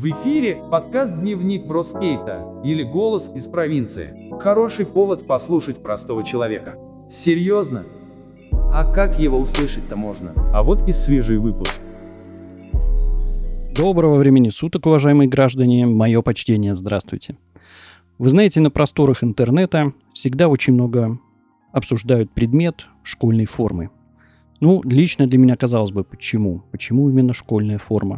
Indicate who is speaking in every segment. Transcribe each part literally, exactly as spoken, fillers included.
Speaker 1: В эфире подкаст «Дневник броскейта» или «Голос из провинции». Хороший повод послушать простого человека. Серьезно? А как его услышать-то можно?
Speaker 2: А вот и свежий выпуск.
Speaker 3: Доброго времени суток, уважаемые граждане. Мое почтение, здравствуйте. Вы знаете, на просторах интернета всегда очень много обсуждают предмет школьной формы. Ну, лично для меня казалось бы, почему? Почему именно школьная форма?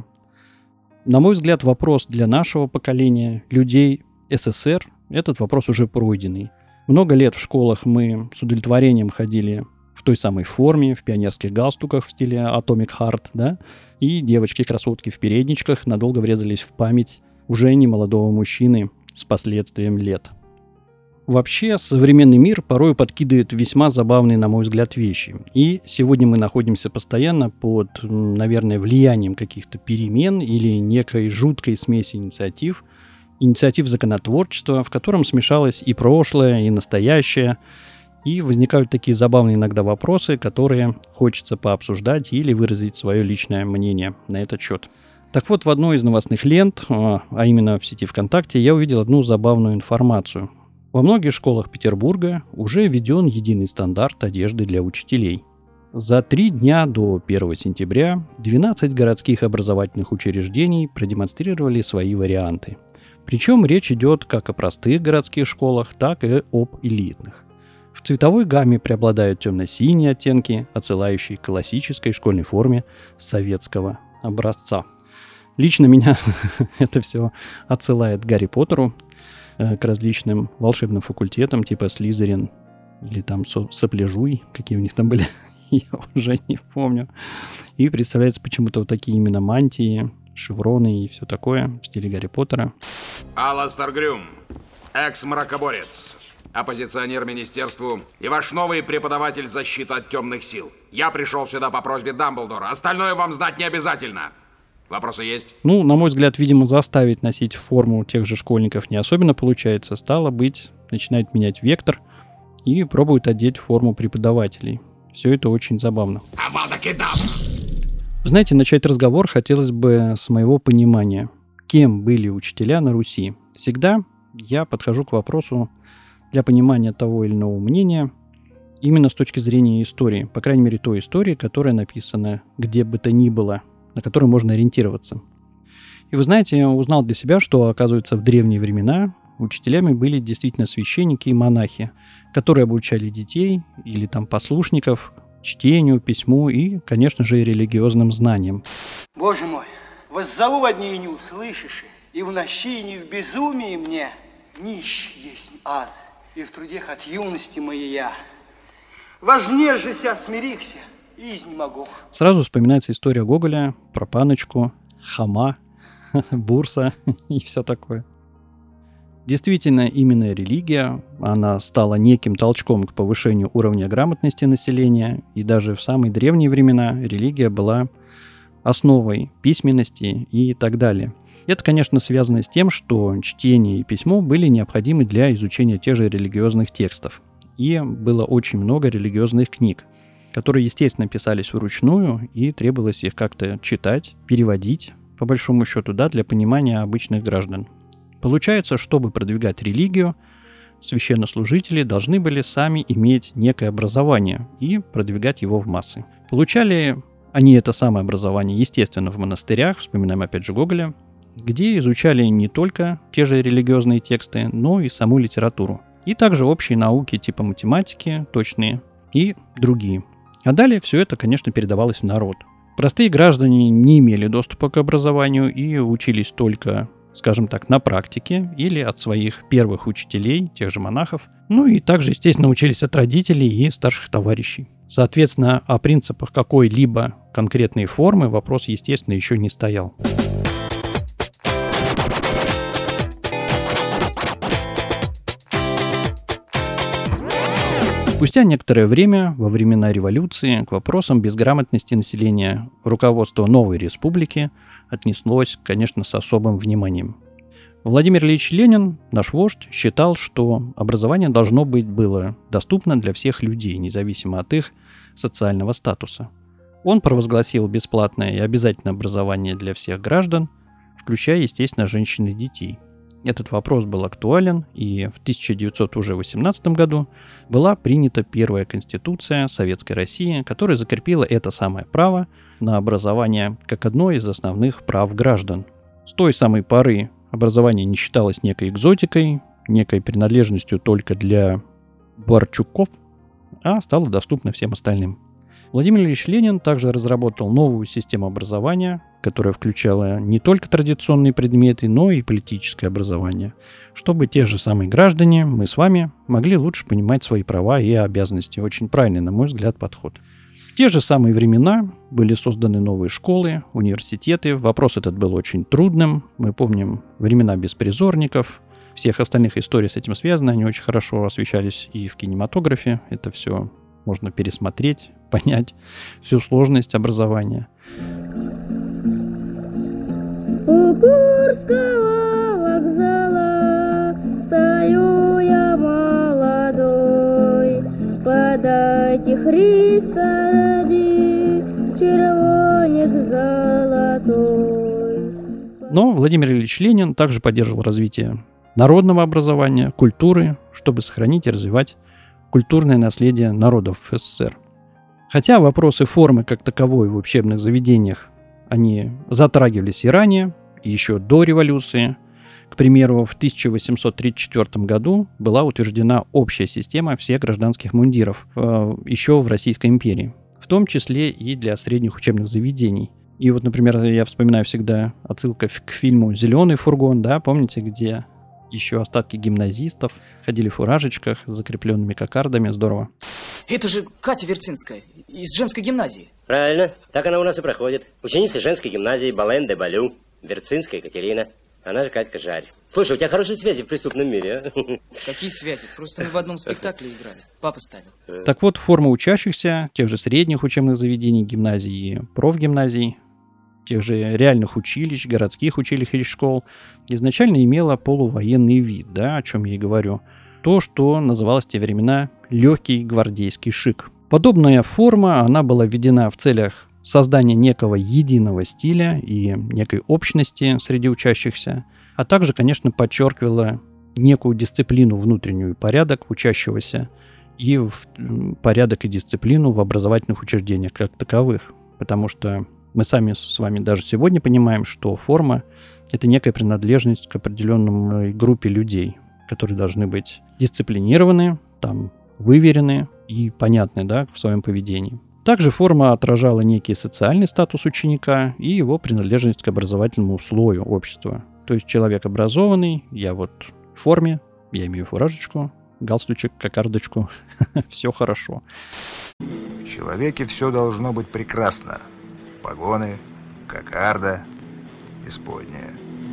Speaker 3: На мой взгляд, вопрос для нашего поколения, людей СССР, этот вопрос уже пройденный. Много лет в школах мы с удовлетворением ходили в той самой форме, в пионерских галстуках в стиле Atomic Heart, да, и девочки-красотки в передничках надолго врезались в память уже немолодого мужчины с последствием лет. Вообще, современный мир порой подкидывает весьма забавные, на мой взгляд, вещи. И сегодня мы находимся постоянно под, наверное, влиянием каких-то перемен или некой жуткой смеси инициатив, инициатив законотворчества, в котором смешалось и прошлое, и настоящее. И возникают такие забавные иногда вопросы, которые хочется пообсуждать или выразить свое личное мнение на этот счет. Так вот, в одной из новостных лент, а именно в сети ВКонтакте, я увидел одну забавную информацию. Во многих школах Петербурга уже введен единый стандарт одежды для учителей. За три дня до первого сентября двенадцать городских образовательных учреждений продемонстрировали свои варианты. Причем речь идет как о простых городских школах, так и об элитных. В цветовой гамме преобладают темно-синие оттенки, отсылающие к классической школьной форме советского образца. Лично меня это все отсылает к Гарри Поттеру, к различным волшебным факультетам, типа Слизерин или там Сопляжуй, какие у них там были, я уже не помню. И представляется почему-то вот такие именно мантии, шевроны и все такое в стиле Гарри Поттера.
Speaker 4: Аластер Грюм, экс-мракоборец, оппозиционер министерству и ваш новый преподаватель защиты от темных сил. Я пришел сюда по просьбе Дамблдора, остальное вам знать не обязательно. Вопросы есть?
Speaker 3: Ну, на мой взгляд, видимо, заставить носить форму тех же школьников не особенно получается. Стало быть, начинает менять вектор и пробует одеть форму преподавателей. Все это очень забавно. Знаете, начать разговор хотелось бы с моего понимания. Кем были учителя на Руси? Всегда я подхожу к вопросу для понимания того или иного мнения именно с точки зрения истории. По крайней мере, той истории, которая написана где бы то ни было, на который можно ориентироваться. И вы знаете, я узнал для себя, что, оказывается, в древние времена учителями были действительно священники и монахи, которые обучали детей или там послушников чтению, письму и, конечно же, религиозным знаниям.
Speaker 5: Боже мой, воззову во дни и не услышишь, и в нощи, и не в безумии мне, нищ есть аз, и в трудех от юности моей я. Вознежися, смирихся, и изнемогу.
Speaker 3: Сразу вспоминается история Гоголя про паночку, хама, бурса и все такое. Действительно, именно религия, она стала неким толчком к повышению уровня грамотности населения, и даже в самые древние времена религия была основой письменности и так далее. Это, конечно, связано с тем, что чтение и письмо были необходимы для изучения тех же религиозных текстов. И было очень много религиозных книг, которые, естественно, писались вручную, и требовалось их как-то читать, переводить, по большому счету, да, для понимания обычных граждан. Получается, чтобы продвигать религию, священнослужители должны были сами иметь некое образование и продвигать его в массы. Получали они это самое образование, естественно, в монастырях, вспоминаем опять же Гоголя, где изучали не только те же религиозные тексты, но и саму литературу. И также общие науки типа математики, точные и другие. А далее все это, конечно, передавалось в народ. Простые граждане не имели доступа к образованию и учились только, скажем так, на практике или от своих первых учителей, тех же монахов. Ну и также, естественно, учились от родителей и старших товарищей. Соответственно, о принципах какой-либо конкретной формы вопрос, естественно, еще не стоял. Спустя некоторое время, во времена революции, к вопросам безграмотности населения руководство новой республики отнеслось, конечно, с особым вниманием. Владимир Ильич Ленин, наш вождь, считал, что образование должно быть было доступно для всех людей, независимо от их социального статуса. Он провозгласил бесплатное и обязательное образование для всех граждан, включая, естественно, женщин и детей. Этот вопрос был актуален, и в тысяча девятьсот восемнадцатом году была принята первая Конституция Советской России, которая закрепила это самое право на образование как одно из основных прав граждан. С той самой поры образование не считалось некой экзотикой, некой принадлежностью только для Борчуков, а стало доступно всем остальным. Владимир Ильич Ленин также разработал новую систему образования, которая включала не только традиционные предметы, но и политическое образование, чтобы те же самые граждане, мы с вами, могли лучше понимать свои права и обязанности. Очень правильный, на мой взгляд, подход. В те же самые времена были созданы новые школы, университеты. Вопрос этот был очень трудным. Мы помним времена беспризорников. Всех остальных историй с этим связаны. Они очень хорошо освещались и в кинематографе. Это все можно пересмотреть, понять всю сложность образования.
Speaker 2: У Курского вокзала стою я молодой. Подайте Христа ради, червонец золотой.
Speaker 3: Но Владимир Ильич Ленин также поддерживал развитие народного образования, культуры, чтобы сохранить и развивать культурное наследие народов СССР. Хотя вопросы формы как таковой в учебных заведениях, они затрагивались и ранее, и еще до революции. К примеру, в тысяча восемьсот тридцать четвёртом году была утверждена общая система всех гражданских мундиров э, еще в Российской империи, в том числе и для средних учебных заведений. И вот, например, я вспоминаю всегда отсылка к фильму «Зеленый фургон», да, помните, где еще остатки гимназистов ходили в фуражечках с закрепленными кокардами. Здорово.
Speaker 6: Это же Катя Верцинская из женской гимназии.
Speaker 7: Правильно, так она у нас и проходит. Ученица женской гимназии Бален де Балю, Верцинская Екатерина. Она же Катька Жарь. Слушай, у тебя хорошие связи в преступном мире, а?
Speaker 6: Какие связи? Просто мы в одном спектакле играли. Папа ставил.
Speaker 3: Так вот, форма учащихся тех же средних учебных заведений, гимназий и профгимназий, тех же реальных училищ, городских училищ и школ, изначально имела полувоенный вид, да, о чем я и говорю. То, что называлось в те времена легкий гвардейский шик. Подобная форма, она была введена в целях создания некого единого стиля и некой общности среди учащихся, а также, конечно, подчеркивала некую дисциплину внутреннюю и порядок учащегося и в порядок и дисциплину в образовательных учреждениях как таковых, потому что мы сами с вами даже сегодня понимаем, что форма — это некая принадлежность к определенной группе людей, которые должны быть дисциплинированы, там, выверены и понятны, да, в своем поведении. Также форма отражала некий социальный статус ученика и его принадлежность к образовательному слою общества. То есть человек образованный, я вот в форме, я имею фуражечку, галстучек, кокардочку, все хорошо.
Speaker 8: В человеке все должно быть прекрасно. Погоны, кокарда, исподняя.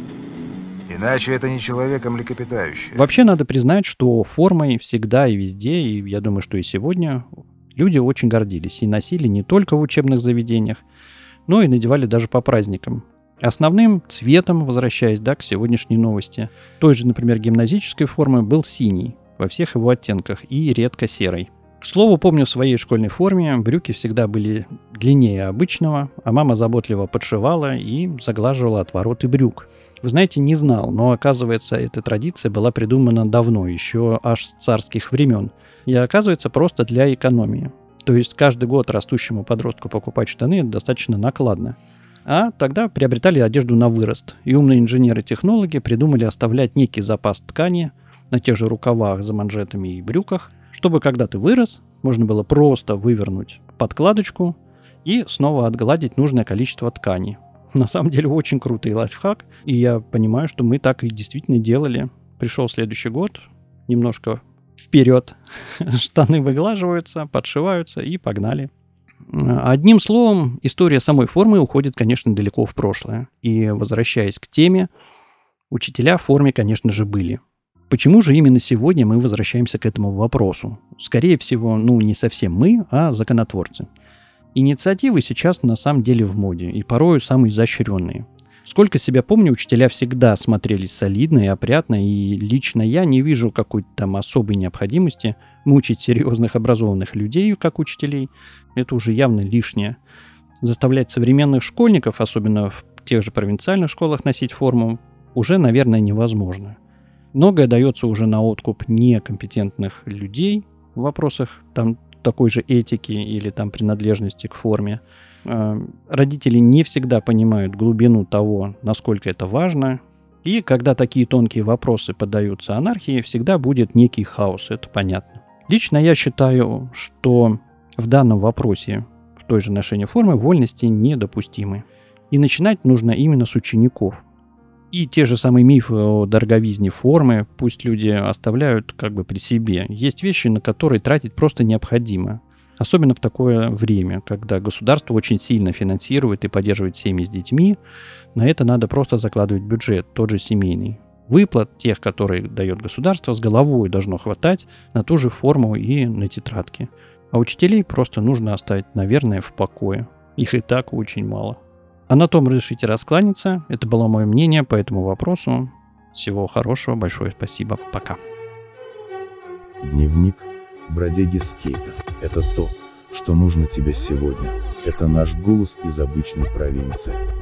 Speaker 8: Иначе это не человек, а млекопитающее.
Speaker 3: Вообще надо признать, что формой всегда и везде, и я думаю, что и сегодня, люди очень гордились и носили не только в учебных заведениях, но и надевали даже по праздникам. Основным цветом, возвращаясь, да, к сегодняшней новости, той же, например, гимназической формы был синий во всех его оттенках и редко серый. К слову, помню, в своей школьной форме брюки всегда были длиннее обычного, а мама заботливо подшивала и заглаживала отвороты брюк. Вы знаете, не знал, но оказывается, эта традиция была придумана давно, еще аж с царских времен. И оказывается, просто для экономии. То есть каждый год растущему подростку покупать штаны это достаточно накладно. А тогда приобретали одежду на вырост. И умные инженеры-технологи придумали оставлять некий запас ткани на тех же рукавах, за манжетами и брюках, чтобы когда ты вырос, можно было просто вывернуть подкладочку и снова отгладить нужное количество ткани. На самом деле очень крутый лайфхак, и я понимаю, что мы так и действительно делали. Пришел следующий год, немножко вперед, штаны выглаживаются, подшиваются и погнали. Одним словом, история самой формы уходит, конечно, далеко в прошлое. И возвращаясь к теме, учителя в форме, конечно же, были. Почему же именно сегодня мы возвращаемся к этому вопросу? Скорее всего, ну не совсем мы, а законотворцы. Инициативы сейчас на самом деле в моде, и порою самые изощренные. Сколько себя помню, учителя всегда смотрелись солидно и опрятно, и лично я не вижу какой-то там особой необходимости мучить серьезных образованных людей, как учителей. Это уже явно лишнее. Заставлять современных школьников, особенно в в тех же провинциальных школах носить форму уже, наверное, невозможно. Многое дается уже на откуп некомпетентных людей в вопросах там, такой же этики или там, принадлежности к форме. Родители не всегда понимают глубину того, насколько это важно. И когда такие тонкие вопросы поддаются анархии, всегда будет некий хаос, это понятно. Лично я считаю, что в данном вопросе, в той же ношении формы, вольности недопустимы. И начинать нужно именно с учеников. И те же самые мифы о дороговизне формы пусть люди оставляют как бы при себе. Есть вещи, на которые тратить просто необходимо. Особенно в такое время, когда государство очень сильно финансирует и поддерживает семьи с детьми. На это надо просто закладывать бюджет, тот же семейный. Выплат тех, которые дает государство, с головой должно хватать на ту же форму и на тетрадки. А учителей просто нужно оставить, наверное, в покое. Их и так очень мало. А на том разрешите раскланяться. Это было мое мнение по этому вопросу. Всего хорошего, большое спасибо, пока.
Speaker 9: Дневник бродяги скейта. Это то, что нужно тебе сегодня. Это наш голос из обычной провинции.